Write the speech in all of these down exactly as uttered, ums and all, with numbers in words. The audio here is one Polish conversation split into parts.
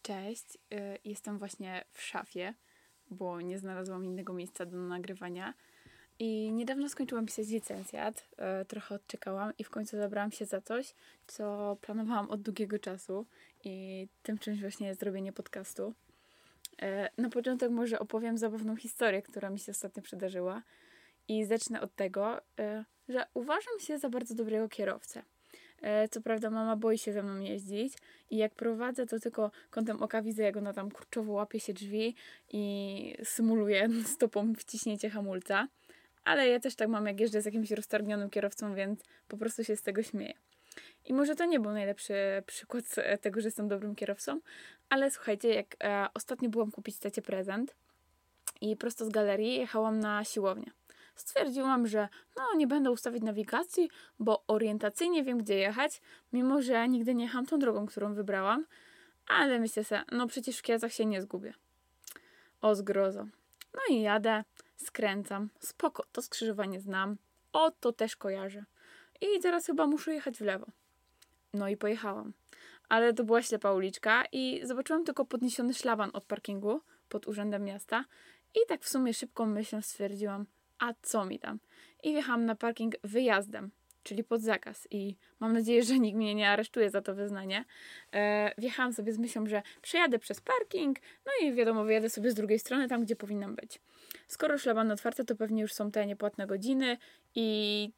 Cześć, y, jestem właśnie w szafie, bo nie znalazłam innego miejsca do nagrywania i niedawno skończyłam pisać licencjat, y, trochę odczekałam i w końcu zabrałam się za coś, co planowałam od długiego czasu i tym czymś właśnie jest zrobienie podcastu. Y, Na początek może opowiem zabawną historię, która mi się ostatnio przydarzyła i zacznę od tego, y, że uważam się za bardzo dobrego kierowcę. Co prawda mama boi się ze mną jeździć i jak prowadzę, to tylko kątem oka widzę, jak ona tam kurczowo łapie się drzwi i symuluje stopą wciśnięcie hamulca. Ale ja też tak mam, jak jeżdżę z jakimś roztargnionym kierowcą, więc po prostu się z tego śmieję. I może to nie był najlepszy przykład tego, że jestem dobrym kierowcą, ale słuchajcie, jak e, ostatnio byłam kupić tacie prezent i prosto z galerii jechałam na siłownię. Stwierdziłam, że no nie będę ustawiać nawigacji, bo orientacyjnie wiem, gdzie jechać, mimo że nigdy nie jechałam tą drogą, którą wybrałam, ale myślę sobie, no przecież w Kielcach się nie zgubię. O zgrozo. No i jadę, skręcam, spoko, to skrzyżowanie znam, o to też kojarzę. I teraz chyba muszę jechać w lewo. No i pojechałam. Ale to była ślepa uliczka i zobaczyłam tylko podniesiony szlaban od parkingu pod urzędem miasta i tak w sumie szybką myślą stwierdziłam, a co mi tam? I wjechałam na parking wyjazdem, czyli pod zakaz. I mam nadzieję, że nikt mnie nie aresztuje za to wyznanie. E, wjechałam sobie z myślą, że przejadę przez parking, no i wiadomo, wyjadę sobie z drugiej strony, tam gdzie powinnam być. Skoro szlaban otwarte, to pewnie już są te niepłatne godziny i...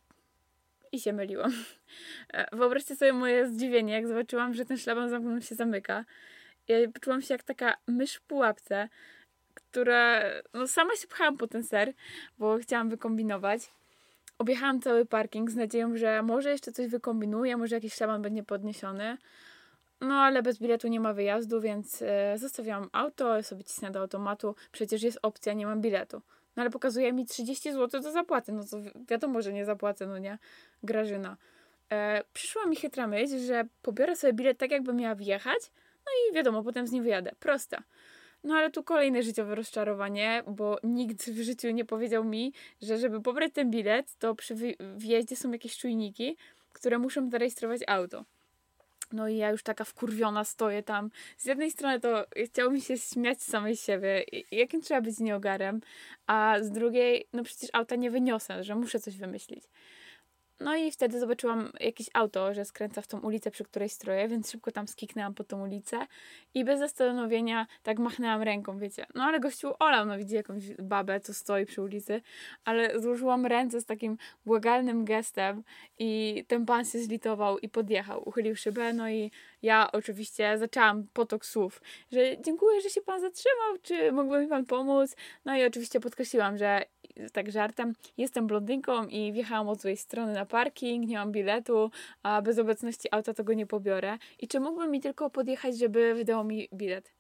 I się myliłam. E, wyobraźcie sobie moje zdziwienie, jak zobaczyłam, że ten szlaban za mną się zamyka. Ja poczułam się jak taka mysz w pułapce, która, no sama się pchałam po ten ser, bo chciałam wykombinować. Objechałam cały parking z nadzieją, że może jeszcze coś wykombinuję, może jakiś szlaban będzie podniesiony. No ale bez biletu nie ma wyjazdu, więc e, zostawiałam auto, sobie cisnę do automatu. Przecież jest opcja, nie mam biletu. No ale pokazuje mi trzydzieści złotych do zapłaty. No to wi- wiadomo, że nie zapłacę, no nie? Grażyna. E, przyszła mi chytra myśl, że pobiorę sobie bilet tak, jakby miała wjechać. No i wiadomo, potem z nim wyjadę. Prosta. No ale tu kolejne życiowe rozczarowanie, bo nikt w życiu nie powiedział mi, że żeby pobrać ten bilet, to przy wjeździe są jakieś czujniki, które muszą zarejestrować auto. No i ja już taka wkurwiona stoję tam. Z jednej strony to chciało mi się śmiać z samej siebie, jakim trzeba być nieogarem, a z drugiej, no przecież auta nie wyniosę, że muszę coś wymyślić. No i wtedy zobaczyłam jakieś auto, że skręca w tą ulicę, przy której stroję, więc szybko tam skiknęłam po tą ulicę i bez zastanowienia tak machnęłam ręką, wiecie. No ale gościu olał, no widzi jakąś babę, co stoi przy ulicy, ale złożyłam ręce z takim błagalnym gestem i ten pan się zlitował i podjechał, uchylił szybę, no i ja oczywiście zaczęłam potok słów, że dziękuję, że się pan zatrzymał, czy mógłby mi pan pomóc? No i oczywiście podkreśliłam, że tak żartem, jestem blondynką i wjechałam od złej strony na parking, nie mam biletu, a bez obecności auta to go nie pobiorę. I czy mógłby mi tylko podjechać, żeby wydał mi bilet?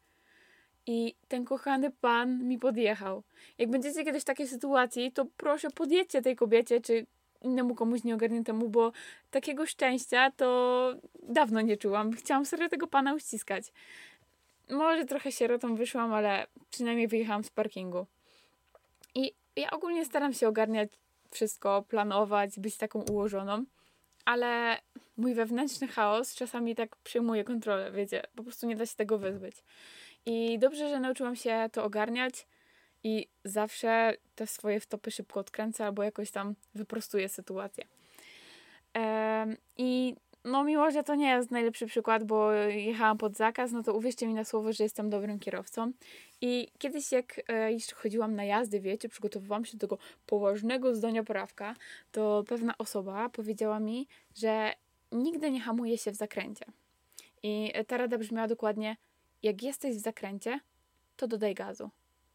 I ten kochany pan mi podjechał. Jak będziecie kiedyś w takiej sytuacji, to proszę podjedźcie tej kobiecie, czy innemu komuś nieogarniętemu, bo takiego szczęścia to dawno nie czułam. Chciałam serio tego pana uściskać. Może trochę sierotą wyszłam, ale przynajmniej wyjechałam z parkingu. I ja ogólnie staram się ogarniać wszystko, planować, być taką ułożoną, ale mój wewnętrzny chaos czasami tak przyjmuje kontrolę, wiecie, po prostu nie da się tego wyzbyć. I dobrze, że nauczyłam się to ogarniać i zawsze te swoje wtopy szybko odkręcę albo jakoś tam wyprostuję sytuację. Ehm, I no mimo, że to nie jest najlepszy przykład, bo jechałam pod zakaz, no to uwierzcie mi na słowo, że jestem dobrym kierowcą. I kiedyś jak e, jeszcze chodziłam na jazdy, wiecie, przygotowywałam się do tego poważnego zdania prawka, to pewna osoba powiedziała mi, że nigdy nie hamuje się w zakręcie. I ta rada brzmiała dokładnie, jak jesteś w zakręcie, to dodaj gazu.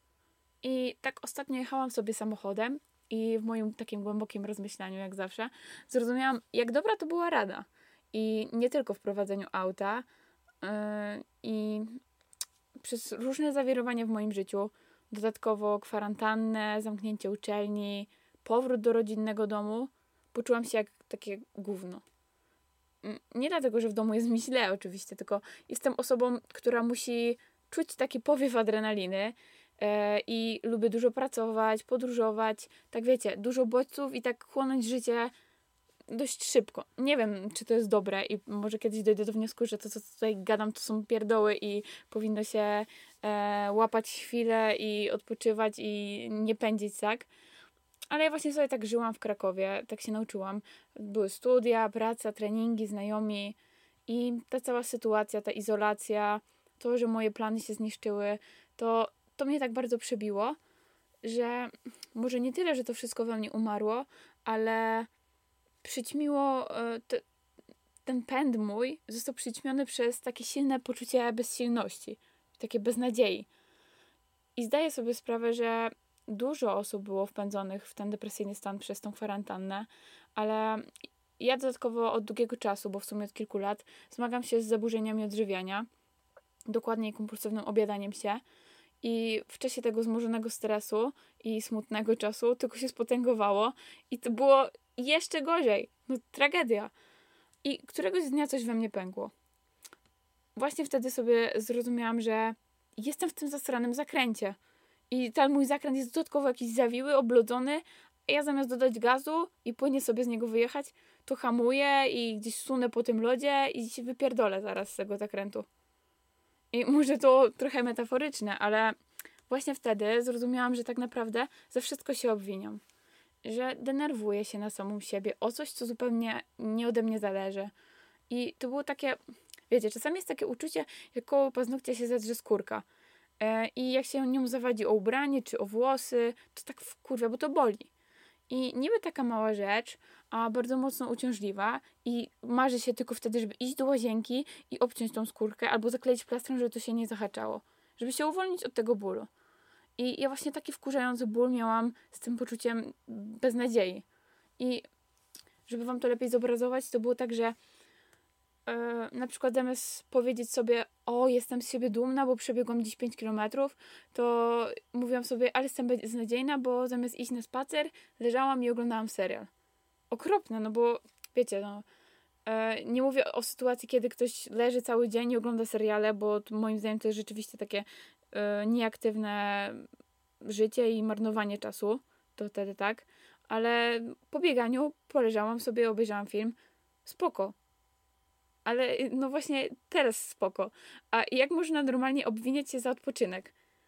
I tak ostatnio jechałam sobie samochodem i w moim takim głębokim rozmyślaniu, jak zawsze, zrozumiałam, jak dobra to była rada. I nie tylko w prowadzeniu auta, yy, i przez różne zawirowania w moim życiu, dodatkowo kwarantannę, zamknięcie uczelni, powrót do rodzinnego domu, poczułam się jak takie gówno. Nie dlatego, że w domu jest mi źle oczywiście, tylko jestem osobą, która musi czuć taki powiew adrenaliny yy, i lubię dużo pracować, podróżować, tak wiecie, dużo bodźców i tak chłonąć życie dość szybko. Nie wiem, czy to jest dobre i może kiedyś dojdę do wniosku, że to, co tutaj gadam, to są pierdoły i powinno się e, łapać chwilę i odpoczywać i nie pędzić tak. Ale ja właśnie sobie tak żyłam w Krakowie, tak się nauczyłam. Były studia, praca, treningi, znajomi i ta cała sytuacja, ta izolacja, to, że moje plany się zniszczyły, to, to mnie tak bardzo przebiło, że może nie tyle, że to wszystko we mnie umarło, ale przyćmiło e, te, ten pęd mój został przyćmiony przez takie silne poczucie bezsilności, takie beznadziei. I zdaję sobie sprawę, że dużo osób było wpędzonych w ten depresyjny stan przez tą kwarantannę, ale ja dodatkowo od długiego czasu, bo w sumie od kilku lat, zmagam się z zaburzeniami odżywiania, dokładniej kompulsywnym objadaniem się i w czasie tego wzmożonego stresu i smutnego czasu tylko się spotęgowało i to było jeszcze gorzej. No tragedia. I któregoś dnia coś we mnie pękło. Właśnie wtedy sobie zrozumiałam, że jestem w tym zasranym zakręcie. I ten mój zakręt jest dodatkowo jakiś zawiły, oblodzony, a ja zamiast dodać gazu i płynnie sobie z niego wyjechać, to hamuję i gdzieś sunę po tym lodzie i się wypierdolę zaraz z tego zakrętu. I może to trochę metaforyczne, ale właśnie wtedy zrozumiałam, że tak naprawdę za wszystko się obwiniam. Że denerwuję się na samą siebie o coś, co zupełnie nie ode mnie zależy. I to było takie, wiecie, czasami jest takie uczucie, jak koło paznokcia się zedrze skórka. E, I jak się nią zawadzi o ubranie czy o włosy, to tak wkurwia, bo to boli. I niby taka mała rzecz, a bardzo mocno uciążliwa i marzy się tylko wtedy, żeby iść do łazienki i obciąć tą skórkę albo zakleić plastrem, żeby to się nie zahaczało. Żeby się uwolnić od tego bólu. I ja właśnie taki wkurzający ból miałam z tym poczuciem beznadziei. I żeby wam to lepiej zobrazować, to było tak, że yy, na przykład zamiast powiedzieć sobie, o, jestem z siebie dumna, bo przebiegłam dziś pięć kilometrów, to mówiłam sobie, ale jestem beznadziejna, bo zamiast iść na spacer, leżałam i oglądałam serial. Okropne, no bo wiecie, no yy, nie mówię o sytuacji, kiedy ktoś leży cały dzień i ogląda seriale, bo to, moim zdaniem to jest rzeczywiście takie yy, nieaktywne życie i marnowanie czasu, to wtedy tak, ale po bieganiu poleżałam sobie, obejrzałam film, spoko. Ale no właśnie teraz spoko. A jak można normalnie obwiniać się za odpoczynek?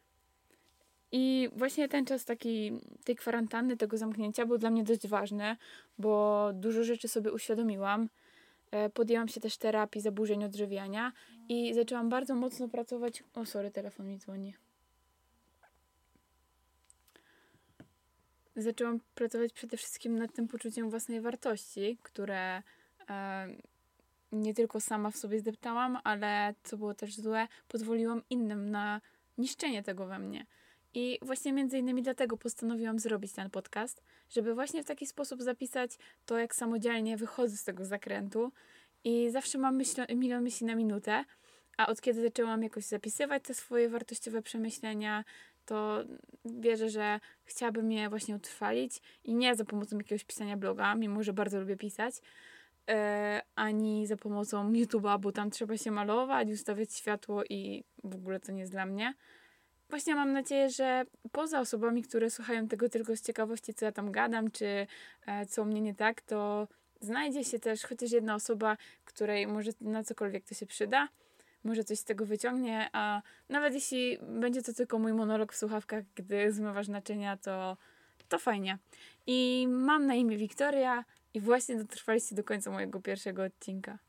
I właśnie ten czas taki, tej kwarantanny, tego zamknięcia był dla mnie dość ważny, bo dużo rzeczy sobie uświadomiłam. Podjęłam się też terapii zaburzeń odżywiania i zaczęłam bardzo mocno pracować... O, sorry, telefon mi dzwoni. Zaczęłam pracować przede wszystkim nad tym poczuciem własnej wartości, które e, nie tylko sama w sobie zdeptałam, ale co było też złe, pozwoliłam innym na niszczenie tego we mnie. I właśnie między innymi dlatego postanowiłam zrobić ten podcast, żeby właśnie w taki sposób zapisać to, jak samodzielnie wychodzę z tego zakrętu i zawsze mam myśl, milion myśli na minutę, a od kiedy zaczęłam jakoś zapisywać te swoje wartościowe przemyślenia, to wierzę, że chciałabym je właśnie utrwalić i nie za pomocą jakiegoś pisania bloga, mimo że bardzo lubię pisać, yy, ani za pomocą YouTube'a, bo tam trzeba się malować, ustawiać światło i w ogóle to nie jest dla mnie. Właśnie mam nadzieję, że poza osobami, które słuchają tego tylko z ciekawości, co ja tam gadam, czy e, co u mnie nie tak, to znajdzie się też chociaż jedna osoba, której może na cokolwiek to się przyda, może coś z tego wyciągnie, a nawet jeśli będzie to tylko mój monolog w słuchawkach, gdy zmywasz naczynia, to, to fajnie. I mam na imię Wiktoria i właśnie dotrwaliście do końca mojego pierwszego odcinka.